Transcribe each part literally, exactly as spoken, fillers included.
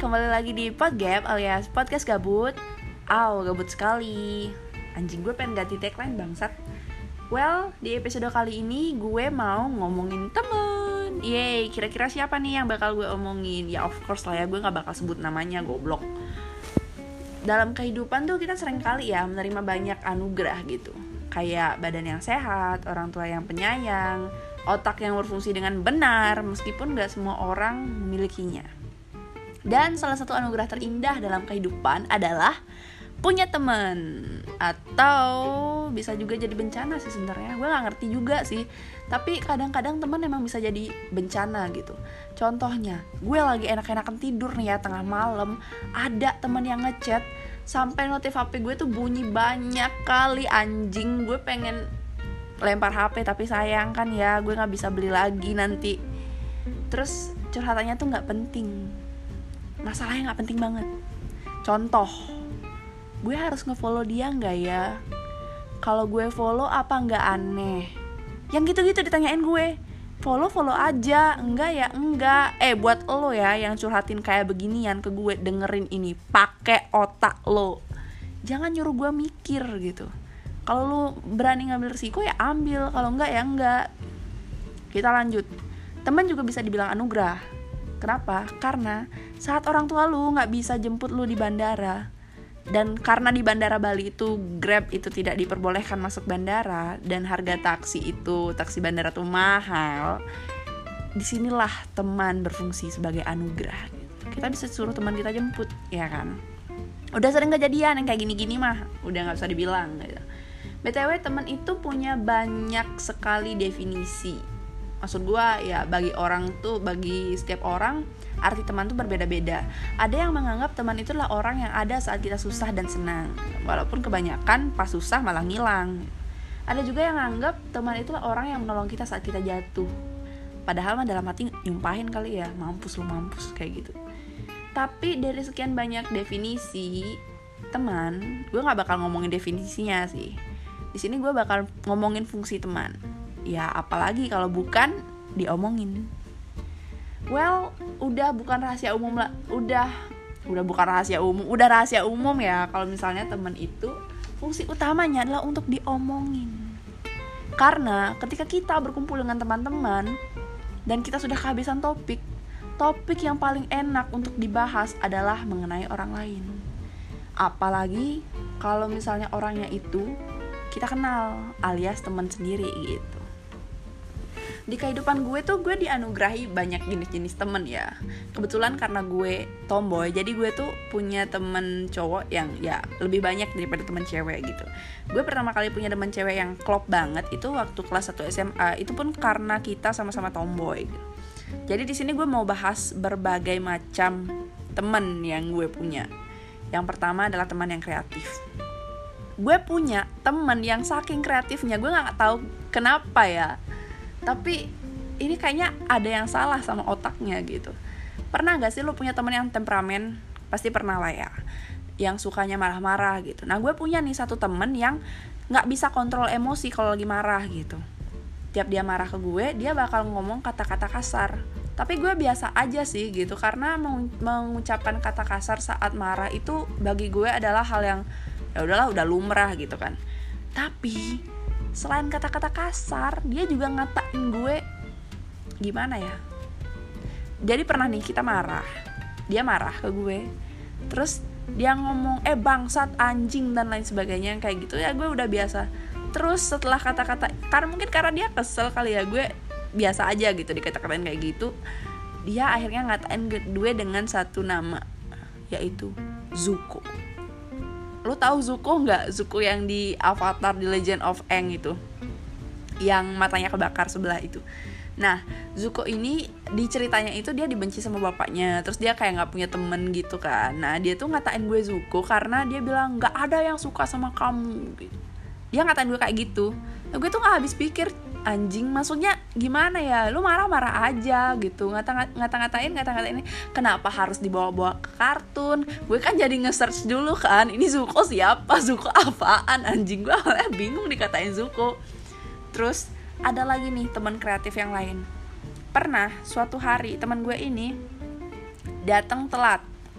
kembali lagi di Podgap alias Podcast Gabut. Aw, gabut sekali. Anjing, gue pengen ganti tagline bangsat. Well, di episode kali ini gue mau ngomongin temen. Yeay, kira-kira siapa nih yang bakal gue omongin? Ya of course lah ya, gue gak bakal sebut namanya, goblok. Dalam kehidupan tuh kita sering kali ya menerima banyak anugerah gitu. Kayak badan yang sehat, orang tua yang penyayang, otak yang berfungsi dengan benar, meskipun gak semua orang memilikinya. Dan salah satu anugerah terindah dalam kehidupan adalah punya teman. Atau bisa juga jadi bencana sih sebenarnya. Gue gak ngerti juga sih. Tapi kadang-kadang teman emang bisa jadi bencana gitu. Contohnya, gue lagi enak-enakan tidur nih ya tengah malam, ada teman yang ngechat sampai notif H P gue tuh bunyi banyak kali. Anjing, gue pengen lempar H P tapi sayang kan ya, gue gak bisa beli lagi nanti. Terus curhatannya tuh gak penting, masalahnya gak penting banget. Contoh, gue harus nge-follow dia gak ya? Kalau gue follow apa gak aneh? Yang gitu-gitu ditanyain gue. Follow-follow aja, enggak ya enggak. Eh buat lo ya yang curhatin kayak beginian ke gue, dengerin ini, pakai otak lo. Jangan nyuruh gue mikir gitu. Kalau lu berani ngambil risiko ya ambil, kalau enggak ya enggak. Kita lanjut. Teman juga bisa dibilang anugerah. Kenapa? Karena saat orang tua lu gak bisa jemput lu di bandara, dan karena di bandara Bali itu Grab itu tidak diperbolehkan masuk bandara, dan harga taksi itu, taksi bandara tuh mahal, disinilah teman berfungsi sebagai anugerah. Kita bisa suruh teman kita jemput, ya kan? Udah sering kejadian yang kayak gini-gini mah, udah gak usah dibilang gitu. B T W teman itu punya banyak sekali definisi. Maksud gue ya bagi orang tuh, bagi setiap orang arti teman tuh berbeda-beda. Ada yang menganggap teman itu adalah orang yang ada saat kita susah dan senang, walaupun kebanyakan pas susah malah ngilang. Ada juga yang menganggap teman itu adalah orang yang menolong kita saat kita jatuh, padahal mah dalam hati nyumpahin kali ya, mampus lu mampus kayak gitu. Tapi dari sekian banyak definisi teman, gue nggak bakal ngomongin definisinya sih. Di sini gue bakal ngomongin fungsi teman. Ya apalagi kalau bukan diomongin. Well, udah bukan rahasia umum lah. Udah udah bukan rahasia umum, udah rahasia umum ya kalau misalnya teman itu fungsi utamanya adalah untuk diomongin. Karena ketika kita berkumpul dengan teman-teman dan kita sudah kehabisan topik, topik yang paling enak untuk dibahas adalah mengenai orang lain. Apalagi kalau misalnya orangnya itu kita kenal alias teman sendiri gitu. Di kehidupan gue tuh gue dianugerahi banyak jenis-jenis temen ya. Kebetulan karena gue tomboy, jadi gue tuh punya temen cowok yang ya lebih banyak daripada temen cewek gitu. Gue pertama kali punya temen cewek yang klop banget itu waktu kelas satu S M A. Itu pun karena kita sama-sama tomboy gitu. Jadi di sini gue mau bahas berbagai macam temen yang gue punya. Yang pertama adalah teman yang kreatif. Gue punya temen yang saking kreatifnya, gue gak tahu kenapa ya, tapi ini kayaknya ada yang salah sama otaknya gitu. Pernah gak sih lo punya temen yang temperamen? Pasti pernah lah ya, yang sukanya marah-marah gitu. Nah gue punya nih satu temen yang gak bisa kontrol emosi kalau lagi marah gitu. Tiap dia marah ke gue, dia bakal ngomong kata-kata kasar. Tapi gue biasa aja sih gitu, karena mengucapkan kata kasar saat marah itu bagi gue adalah hal yang ya udahlah, udah lumrah gitu kan. Tapi selain kata-kata kasar, dia juga ngatain gue gimana ya. Jadi pernah nih kita marah, dia marah ke gue, terus dia ngomong eh bangsat, anjing dan lain sebagainya yang kayak gitu. Ya gue udah biasa. Terus setelah kata-kata, karena mungkin karena dia kesel kali ya, gue biasa aja gitu dikata-katain kayak gitu. Dia akhirnya ngatain gue dengan satu nama, yaitu Zuko. Lo tahu Zuko nggak? Zuko yang di Avatar The Legend of Aang itu, yang matanya kebakar sebelah itu. Nah, Zuko ini di ceritanya itu dia dibenci sama bapaknya, terus dia kayak nggak punya temen gitu kan. Nah, dia tuh ngatain gue Zuko karena dia bilang nggak ada yang suka sama kamu gitu. Dia ngatain gue kayak gitu. Nah, gue tuh nggak habis pikir, anjing, maksudnya gimana ya, lu marah-marah aja gitu, ngata-ngatain ngata-ngatain kenapa harus dibawa-bawa ke kartun. Gue kan jadi nge-search dulu kan, ini Zuko siapa, Zuko apaan, anjing, gue awalnya bingung dikatain Zuko. Terus ada lagi nih teman kreatif yang lain. Pernah suatu hari teman gue ini datang telat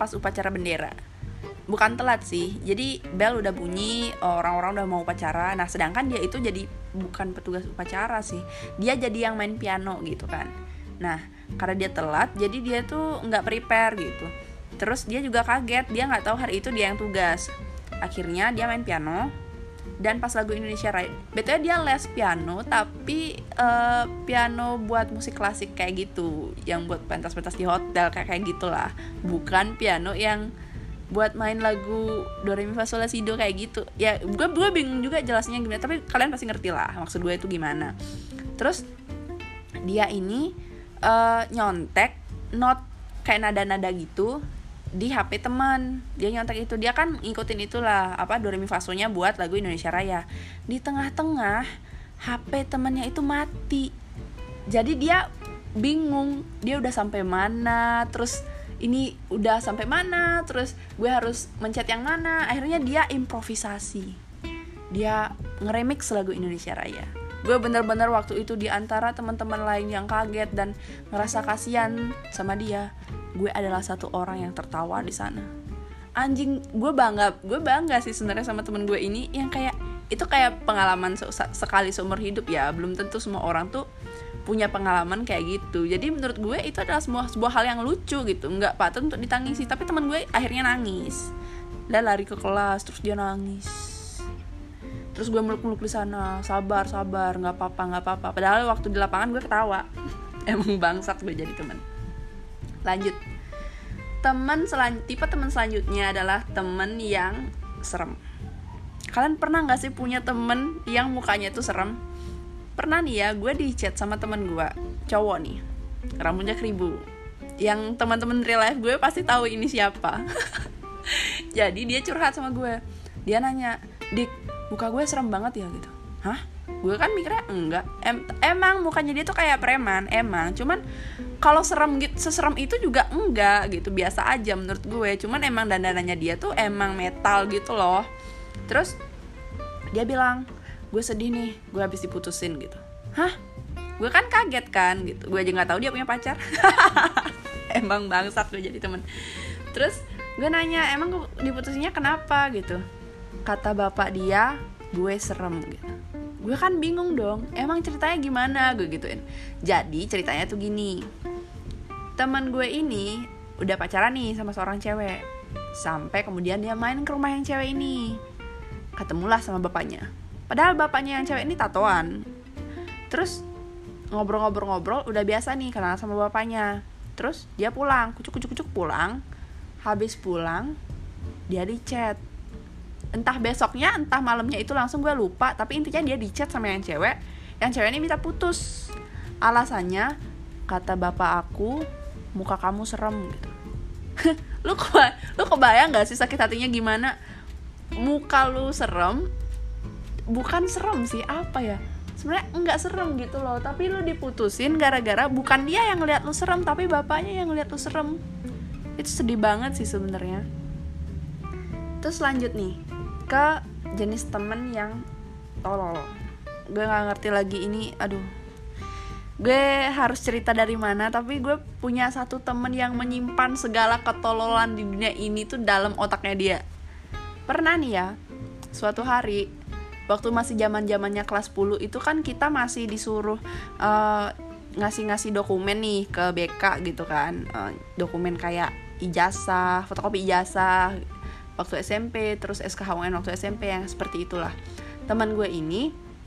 pas upacara bendera. Bukan telat sih, jadi bel udah bunyi, orang-orang udah mau upacara. Nah sedangkan dia itu jadi bukan petugas upacara sih, dia jadi yang main piano gitu kan. Nah karena dia telat, jadi dia tuh nggak prepare gitu. Terus dia juga kaget, dia nggak tahu hari itu dia yang tugas. Akhirnya dia main piano. Dan pas lagu Indonesia Raya, betulnya dia les piano, tapi uh, piano buat musik klasik kayak gitu, yang buat pentas-pentas di hotel kayak kayak gitulah, bukan piano yang buat main lagu Do Re Mi Fa Sol La Si Do kayak gitu. Ya gue gue bingung juga jelasnya gimana, tapi kalian pasti ngerti lah maksud gue itu gimana. Terus dia ini uh, nyontek not kayak nada-nada gitu di H P teman. Dia nyontek itu, dia kan ngikutin itulah apa Do Re Mi Fa So-nya buat lagu Indonesia Raya. Di tengah-tengah H P temannya itu mati. Jadi dia bingung, dia udah sampai mana, terus ini udah sampai mana, terus gue harus mencet yang mana. Akhirnya dia improvisasi, dia ngeremix lagu Indonesia Raya. Gue bener-bener waktu itu di antara teman-teman lain yang kaget dan ngerasa kasihan sama dia, gue adalah satu orang yang tertawa di sana. Anjing, gue bangga, gue bangga sih sebenarnya sama temen gue ini yang kayak itu kayak pengalaman sekali seumur hidup ya. Belum tentu semua orang tuh punya pengalaman kayak gitu. Jadi menurut gue itu adalah sebuah sebuah hal yang lucu gitu, nggak patut untuk ditangisi. Tapi teman gue akhirnya nangis, dia lari ke kelas terus dia nangis. Terus gue meluk-meluk di sana, sabar sabar, nggak apa-apa nggak apa-apa. Padahal waktu di lapangan gue ketawa. Emang bangsat gue jadi teman. Lanjut, teman selan tipe teman selanjutnya adalah teman yang serem. Kalian pernah nggak sih punya temen yang mukanya tuh serem? Pernah nih ya, gue di chat sama temen gue cowok nih, rambutnya keribu. Yang teman-teman real life gue pasti tahu ini siapa. Jadi dia curhat sama gue, dia nanya, Dik, muka gue serem banget ya gitu. Hah? Gue kan mikirnya enggak, em- emang mukanya dia tuh kayak preman, emang. Cuman kalau serem gitu, seserem itu juga enggak gitu, biasa aja menurut gue. Cuman emang dandanannya dia tuh emang metal gitu loh. Terus dia bilang, gue sedih nih, gue habis diputusin gitu. Hah? Gue kan kaget kan gitu, gue aja nggak tahu dia punya pacar. Emang bangsat gue jadi temen. Terus gue nanya, emang gue diputusinnya kenapa gitu? Kata bapak dia, gue serem gitu. Gue kan bingung dong, emang ceritanya gimana, gue gituin. Jadi ceritanya tuh gini, teman gue ini udah pacaran nih sama seorang cewek, sampai kemudian dia main ke rumah yang cewek ini, ketemulah sama bapaknya. Padahal bapaknya yang cewek ini tatoan. Terus ngobrol-ngobrol-ngobrol, udah biasa nih kenalan sama bapaknya. Terus dia pulang, kucuk-kucuk-kucuk pulang. Habis pulang, dia di chat. Entah besoknya, entah malamnya itu langsung gue lupa. Tapi intinya dia di chat sama yang cewek. Yang cewek ini minta putus. Alasannya, kata bapak aku, muka kamu serem gitu. Lu keba- lu kebayang gak sih sakit hatinya gimana? Muka lu serem, bukan serem sih, apa ya, sebenarnya enggak serem gitu loh, tapi lu diputusin gara-gara bukan dia yang ngeliat lu serem, tapi bapaknya yang ngeliat lu serem. Itu sedih banget sih sebenarnya. Terus lanjut nih ke jenis temen yang tolol. Gue nggak ngerti lagi ini, aduh, gue harus cerita dari mana. Tapi gue punya satu temen yang menyimpan segala ketololan di dunia ini tuh dalam otaknya dia. Pernah nih ya, suatu hari waktu masih zaman-zamannya kelas sepuluh itu kan kita masih disuruh uh, ngasih-ngasih dokumen nih ke B K gitu kan, uh, dokumen kayak ijazah, fotokopi ijazah waktu S M P, terus S K H U N waktu S M P, yang seperti itulah. Teman gue ini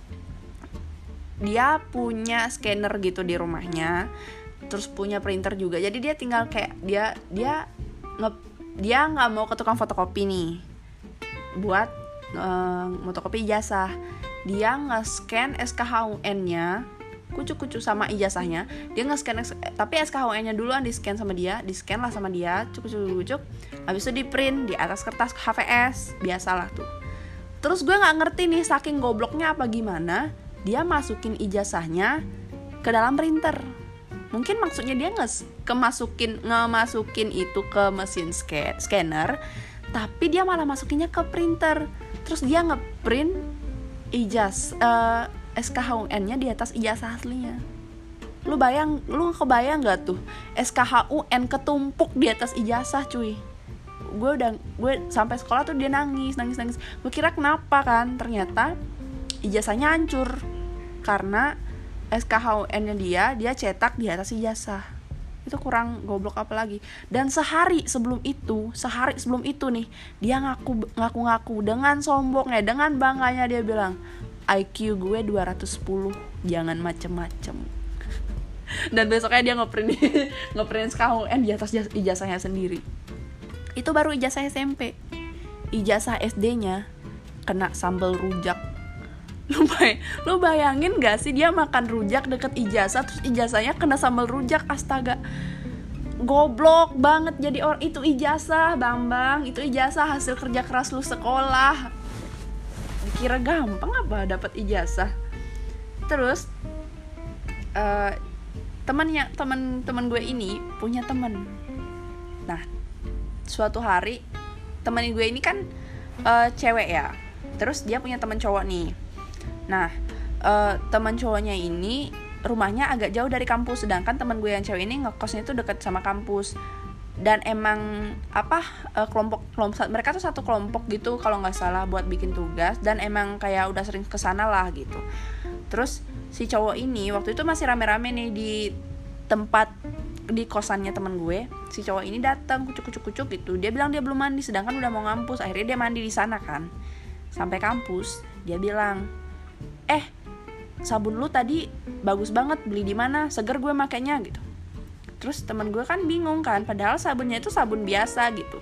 dia punya scanner gitu di rumahnya, terus punya printer juga. Jadi dia tinggal kayak dia dia nge, dia nggak mau ke tukang fotokopi nih buat uh, fotokopi ijazah. Dia nge-scan S K H U N-nya, kucuk-kucuk sama ijazahnya. Dia nge-scan, tapi S K H U N-nya duluan di-scan sama dia, di-scan lah sama dia, cucuk-cucuk. Habis itu di-print di atas kertas H V S, biasalah tuh. Terus gue nggak ngerti nih, saking gobloknya apa gimana, dia masukin ijazahnya ke dalam printer. Mungkin maksudnya dia nges kemasukin ngemasukin itu ke mesin scan, scanner, tapi dia malah masukinnya ke printer. Terus dia ngeprint ijaz uh, S K H U N-nya di atas ijazah aslinya. Lu bayang, lu kebayang gak tuh S K H U N ketumpuk di atas ijazah, cuy? gue udah gue sampai sekolah tuh dia nangis nangis nangis. Gue kira kenapa kan, ternyata ijazahnya hancur karena S K H U N-nya dia dia cetak di atas ijazah. Itu kurang goblok apa lagi. Dan sehari sebelum itu sehari sebelum itu nih dia ngaku ngaku ngaku dengan sombongnya, dengan bangganya dia bilang I Q gue dua ratus sepuluh, jangan macem-macem. Dan besoknya dia ngeprint ngeprint S K H U N di atas ijazahnya sendiri. Itu baru ijazah S M P. Ijazah S D-nya kena sambal rujak. Lu, bay- lu bayangin gak sih dia makan rujak deket ijazah, terus ijazahnya kena sambal rujak. Astaga, goblok banget jadi orang. Itu ijazah Bambang, itu ijazah hasil kerja keras lu sekolah. Dikira gampang apa dapat ijazah. Terus uh, temannya teman-teman gue ini punya teman. Nah, suatu hari teman gue ini kan uh, cewek ya. Terus dia punya teman cowok nih. Nah, uh, teman cowoknya ini rumahnya agak jauh dari kampus, sedangkan teman gue yang cewek ini ngekosnya tuh dekat sama kampus. Dan emang apa uh, kelompok kelompok mereka tuh satu kelompok gitu kalau nggak salah buat bikin tugas, dan emang kayak udah sering kesana lah gitu. Terus si cowok ini waktu itu masih rame-rame nih di tempat di kosannya teman gue. Si cowok ini datang kucuk-kucuk-kucuk gitu. Dia bilang dia belum mandi, sedangkan udah mau ngampus. Akhirnya dia mandi di sana kan. Sampai kampus dia bilang, eh sabun lu tadi bagus banget, beli di mana? Seger gue makainya gitu. Terus teman gue kan bingung kan, padahal sabunnya itu sabun biasa gitu.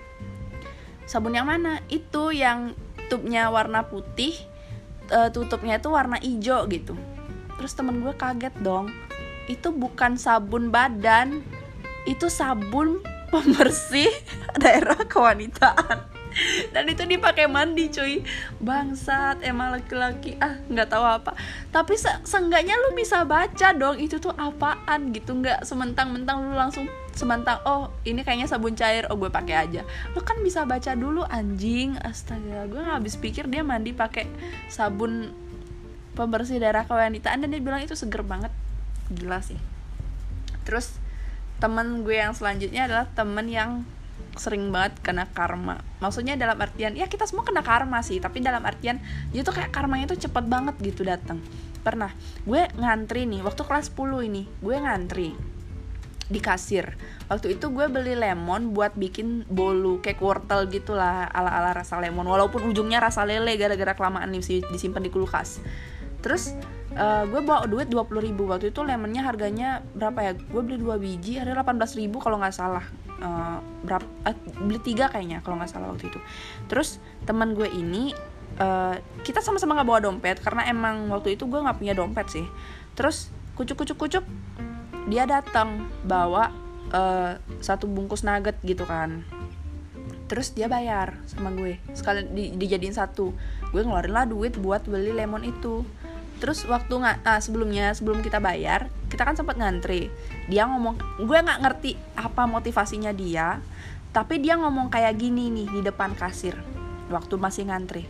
Sabun yang mana? Itu yang tubnya warna putih, uh, tutupnya itu warna hijau gitu. Terus teman gue kaget dong. Itu bukan sabun badan, itu sabun pembersih daerah kewanitaan. Dan itu dipakai mandi cuy. Bangsat emang laki-laki, ah nggak tahu apa. Tapi se- seenggaknya lu bisa baca dong itu tuh apaan gitu. Nggak sementang-mentang lu langsung sementang oh ini kayaknya sabun cair, oh gue pakai aja. Lu kan bisa baca dulu anjing. Astaga, gue nggak habis pikir dia mandi pakai sabun pembersih daerah kewanitaan dan dia bilang itu seger banget. Gila sih. Terus temen gue yang selanjutnya adalah temen yang sering banget kena karma. Maksudnya dalam artian ya kita semua kena karma sih, tapi dalam artian dia tuh kayak karmanya tuh cepet banget gitu datang. Pernah gue ngantri nih waktu kelas sepuluh ini, gue ngantri di kasir. Waktu itu gue beli lemon buat bikin bolu kayak wortel gitulah ala-ala rasa lemon, walaupun ujungnya rasa lele gara-gara kelamaan nih disimpan di kulkas. Terus uh, gue bawa duit dua puluh ribu. Waktu itu lemonnya harganya berapa ya? Gue beli dua biji, harga delapan belas ribu kalau gak salah. uh, berapa, uh, Beli tiga kayaknya kalau gak salah waktu itu. Terus teman gue ini uh, kita sama-sama gak bawa dompet, karena emang waktu itu gue gak punya dompet sih. Terus kucuk-kucuk-kucuk dia datang bawa uh, satu bungkus nugget gitu kan. Terus dia bayar sama gue, sekalian di, dijadiin satu. Gue ngeluarin lah duit buat beli lemon itu. Terus waktu nggak, ah, sebelumnya sebelum kita bayar, kita kan sempat ngantri. Dia ngomong, gue nggak ngerti apa motivasinya dia, tapi dia ngomong kayak gini nih di depan kasir, waktu masih ngantri.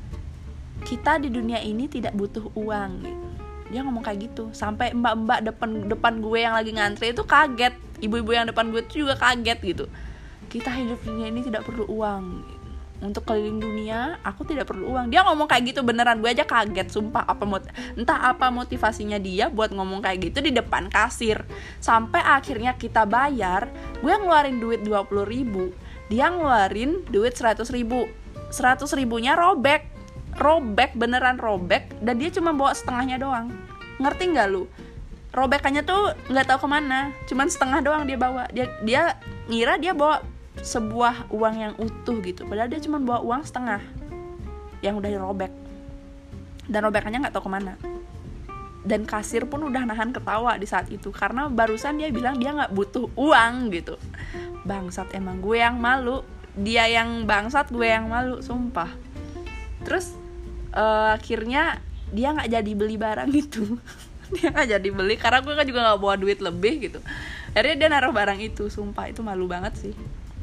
Kita di dunia ini tidak butuh uang. Gitu. Dia ngomong kayak gitu, sampai mbak-mbak depan depan gue yang lagi ngantri itu kaget, ibu-ibu yang depan gue itu juga kaget gitu. Kita hidup di dunia ini tidak perlu uang. Gitu. Untuk keliling dunia aku tidak perlu uang. Dia ngomong kayak gitu beneran, gue aja kaget sumpah. Apa mot- entah apa motivasinya dia buat ngomong kayak gitu di depan kasir. Sampai akhirnya kita bayar, gue ngeluarin duit dua puluh ribu, dia ngeluarin duit seratus ribu. Seratus ribunya robek, robek beneran robek, dan dia cuma bawa setengahnya doang. Ngerti nggak lu? Robekannya tuh nggak tahu kemana, cuman setengah doang dia bawa. Dia dia ngira dia bawa sebuah uang yang utuh gitu, padahal dia cuma bawa uang setengah yang udah dirobek, dan robekannya nggak tahu kemana. Dan kasir pun udah nahan ketawa di saat itu, karena barusan dia bilang dia nggak butuh uang gitu. Bangsat emang, gue yang malu, dia yang bangsat, gue yang malu sumpah. Terus uh, akhirnya dia nggak jadi beli barang itu. Dia nggak jadi beli karena gue kan juga nggak bawa duit lebih gitu. Akhirnya dia naruh barang itu, sumpah itu malu banget sih.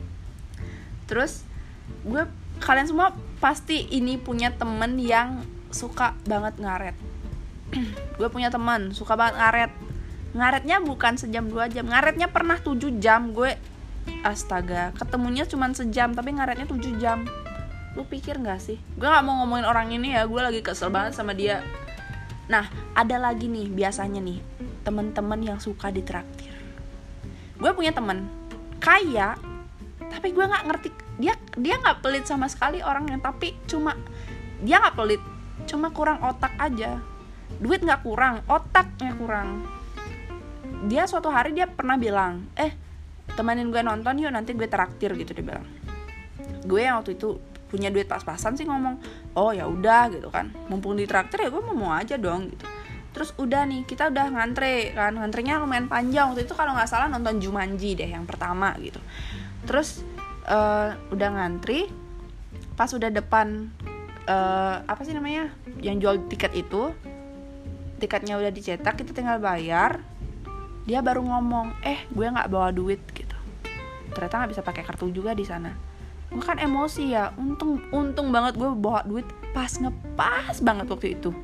Terus gue, kalian semua pasti ini punya temen yang suka banget ngaret. Gue punya teman suka banget ngaret. Ngaretnya bukan sejam dua jam, ngaretnya pernah tujuh jam. Gue Astaga, ketemunya cuma sejam tapi ngaretnya tujuh jam. Lu pikir gak sih? Gue gak mau ngomongin orang ini ya, gue lagi kesel banget sama dia. Nah, ada lagi nih biasanya nih teman-teman yang suka ditraktir. Gue punya teman kaya, tapi gue gak ngerti, dia dia gak pelit sama sekali orangnya, tapi cuma dia gak pelit, cuma kurang otak aja. Duit gak kurang, otaknya kurang. Dia suatu hari dia pernah bilang, eh temenin gue nonton yuk, nanti gue traktir gitu, dia bilang. Gue yang waktu itu punya duit pas-pasan sih ngomong, oh ya udah gitu kan, mumpung ditraktir ya gue mau aja dong gitu. Terus udah nih, kita udah ngantre kan, ngantrenya lumayan panjang waktu itu, kalau nggak salah nonton Jumanji deh yang pertama gitu. Terus uh, udah ngantri, pas udah depan uh, apa sih namanya, yang jual tiket itu, tiketnya udah dicetak, kita tinggal bayar. Dia baru ngomong, eh gue nggak bawa duit gitu. Ternyata nggak bisa pakai kartu juga di sana. Gue kan emosi ya, untung untung banget gue bawa duit pas ngepas banget waktu itu.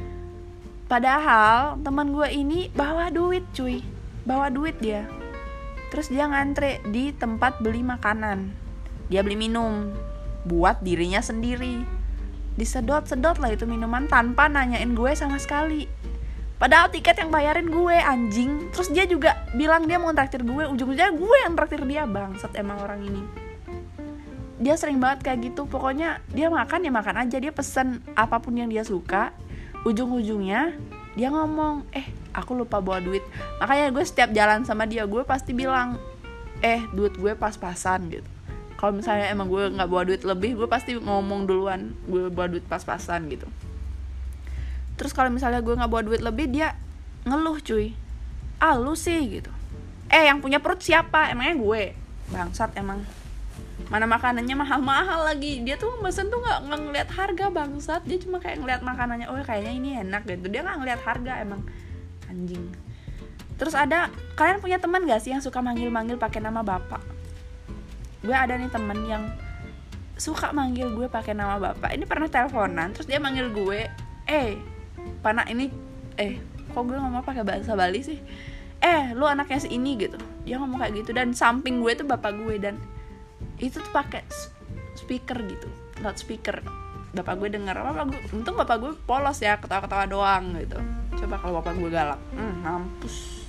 Padahal teman gue ini bawa duit cuy, bawa duit dia. Terus dia ngantre di tempat beli makanan, dia beli minum buat dirinya sendiri. Disedot-sedot lah itu minuman tanpa nanyain gue sama sekali. Padahal tiket yang bayarin gue, anjing. Terus dia juga bilang dia mau traktir gue, ujung-ujungnya gue yang traktir dia. Bangsat emang orang ini. Dia sering banget kayak gitu. Pokoknya dia makan ya makan aja, dia pesen apapun yang dia suka. Ujung-ujungnya dia ngomong, eh aku lupa bawa duit. Makanya gue setiap jalan sama dia, gue pasti bilang, eh duit gue pas-pasan gitu. Kalau misalnya emang gue gak bawa duit lebih, gue pasti ngomong duluan gue bawa duit pas-pasan gitu. Terus kalau misalnya gue gak bawa duit lebih, dia ngeluh cuy, ah lu sih gitu, eh yang punya perut siapa, emangnya gue. Bangsat emang, mana makanannya mahal-mahal lagi. Dia tuh mesen tuh gak, gak ngeliat harga, bangsat. Dia cuma kayak ngeliat makanannya, oh kayaknya ini enak gitu. Dia gak ngeliat harga, emang anjing. Terus ada, kalian punya teman gak sih yang suka manggil-manggil pakai nama bapak? Gue ada nih temen yang suka manggil gue pakai nama bapak. Ini pernah teleponan, terus dia manggil gue, eh Pana ini, eh kok gue ngomong pakai bahasa Bali sih, eh lu anaknya si ini gitu. Dia ngomong kayak gitu, dan samping gue tuh bapak gue, dan itu tuh pakai speaker gitu, loudspeaker. Bapak gue denger, bapak gue, untung bapak gue polos ya, ketawa-ketawa doang gitu. Coba kalau bapak gue galak, hmm, mampus.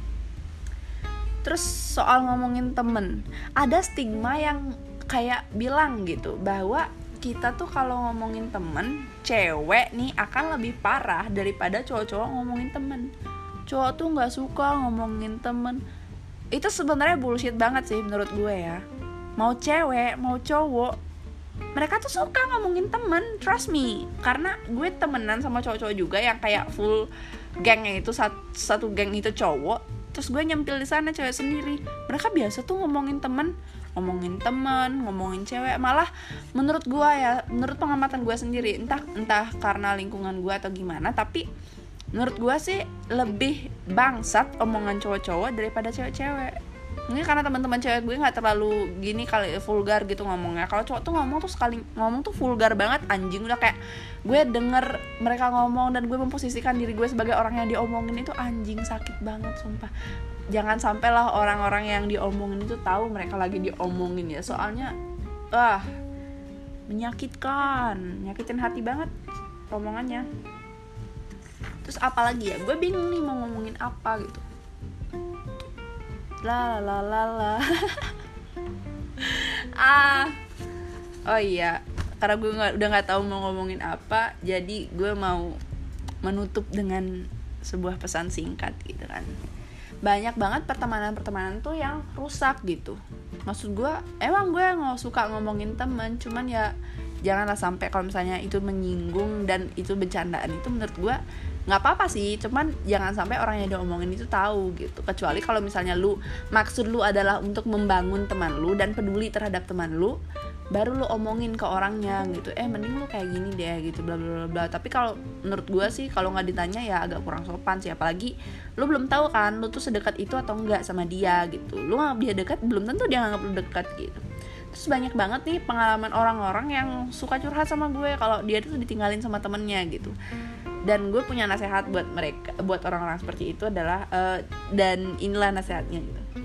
Terus soal ngomongin temen, ada stigma yang kayak bilang gitu, bahwa kita tuh kalau ngomongin temen, cewek nih akan lebih parah daripada cowok-cowok ngomongin temen. Cowok tuh gak suka ngomongin temen. Itu sebenarnya bullshit banget sih menurut gue ya. Mau cewek, mau cowok, mereka tuh suka ngomongin temen, trust me. Karena gue temenan sama cowok-cowok juga yang kayak full gengnya itu, satu, satu geng itu cowok. Terus gue nyempil di sana cewek sendiri. Mereka biasa tuh ngomongin temen, ngomongin teman, ngomongin cewek. Malah menurut gue ya, menurut pengamatan gue sendiri, entah entah karena lingkungan gue atau gimana, tapi menurut gue sih lebih bangsat omongan cowok-cowok daripada cewek-cewek. Ini karena teman-teman cewek gue nggak terlalu gini kali, vulgar gitu ngomongnya. Kalau cowok tuh ngomong tuh sekali ngomong tuh vulgar banget, anjing. Udah kayak gue denger mereka ngomong dan gue memposisikan diri gue sebagai orang yang diomongin, itu anjing, sakit banget sumpah. Jangan sampailah orang-orang yang diomongin itu tahu mereka lagi diomongin ya. Soalnya ah menyakitkan, nyakitin hati banget omongannya. Terus apalagi ya, gue bingung nih mau ngomongin apa gitu. La la la la. ah oh iya, karena gue nggak udah nggak tahu mau ngomongin apa, jadi gue mau menutup dengan sebuah pesan singkat gitu kan. Banyak banget pertemanan-pertemanan tuh yang rusak gitu. Maksud gue, emang gue nggak suka ngomongin temen, cuman ya janganlah sampai kalau misalnya itu menyinggung dan itu bercandaan, itu menurut gue nggak apa-apa sih, cuman jangan sampai orang yang diomongin itu tahu gitu. Kecuali kalau misalnya lu, maksud lu adalah untuk membangun teman lu dan peduli terhadap teman lu, baru lu omongin ke orangnya gitu, eh mending lu kayak gini deh gitu, bla bla bla. Tapi kalau menurut gue sih, kalau nggak ditanya ya agak kurang sopan sih. Apalagi lu belum tahu kan lu tuh sedekat itu atau enggak sama dia gitu. Lu nganggap dia dekat, belum tentu dia nganggap lu dekat gitu. Terus banyak banget nih pengalaman orang-orang yang suka curhat sama gue kalau dia tuh ditinggalin sama temennya gitu. Dan gue punya nasihat buat mereka, buat orang-orang seperti itu adalah uh, dan inilah nasihatnya gitu.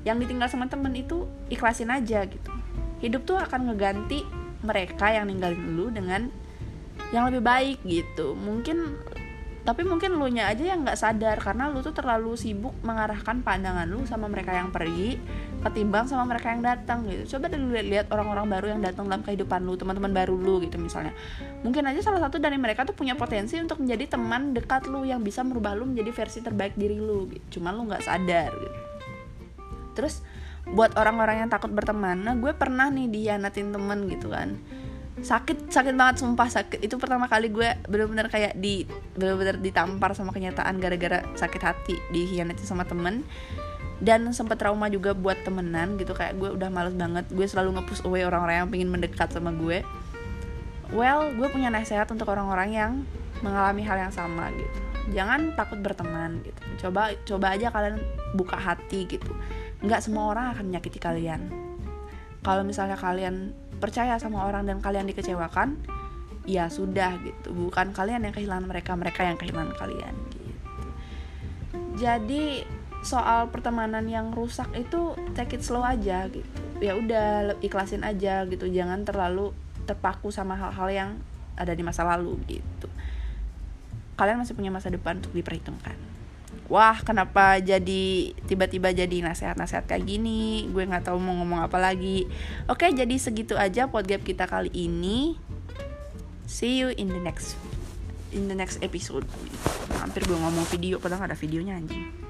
yang ditinggal sama temen itu ikhlasin aja gitu. Hidup tuh akan ngeganti mereka yang ninggalin lu dengan yang lebih baik gitu. Mungkin tapi mungkin lu nya aja yang nggak sadar karena lu tuh terlalu sibuk mengarahkan pandangan lu sama mereka yang pergi ketimbang sama mereka yang datang gitu. Coba deh lu lihat orang-orang baru yang datang dalam kehidupan lu, teman-teman baru lu gitu misalnya. Mungkin aja salah satu dari mereka tuh punya potensi untuk menjadi teman dekat lu yang bisa merubah lu menjadi versi terbaik diri lu gitu. Cuman lu nggak sadar gitu. Terus buat orang-orang yang takut berteman, nah gue pernah nih dihianatin temen gitu kan. Sakit, sakit banget sumpah sakit. Itu pertama kali gue bener-bener kayak di bener-bener ditampar sama kenyataan gara-gara sakit hati dihianatin sama temen. Dan sempet trauma juga buat temenan gitu, kayak gue udah males banget. Gue selalu nge-push away orang-orang yang pengen mendekat sama gue. Well, gue punya nasihat untuk orang-orang yang mengalami hal yang sama gitu. Jangan takut berteman gitu. Coba coba aja kalian buka hati gitu. Nggak semua orang akan menyakiti kalian. Kalau misalnya kalian percaya sama orang dan kalian dikecewakan, ya sudah gitu. Bukan kalian yang kehilangan mereka, mereka yang kehilangan kalian gitu. Jadi soal pertemanan yang rusak itu take it slow aja gitu. Ya udah ikhlasin aja gitu. Jangan terlalu terpaku sama hal-hal yang ada di masa lalu gitu. Kalian masih punya masa depan untuk diperhitungkan. Wah, kenapa jadi tiba-tiba jadi nasihat-nasihat kayak gini? Gue nggak tahu mau ngomong apa lagi. Oke, jadi segitu aja podcast kita kali ini. See you in the next in the next episode. Hampir gue ngomong video padahal nggak ada videonya anjing.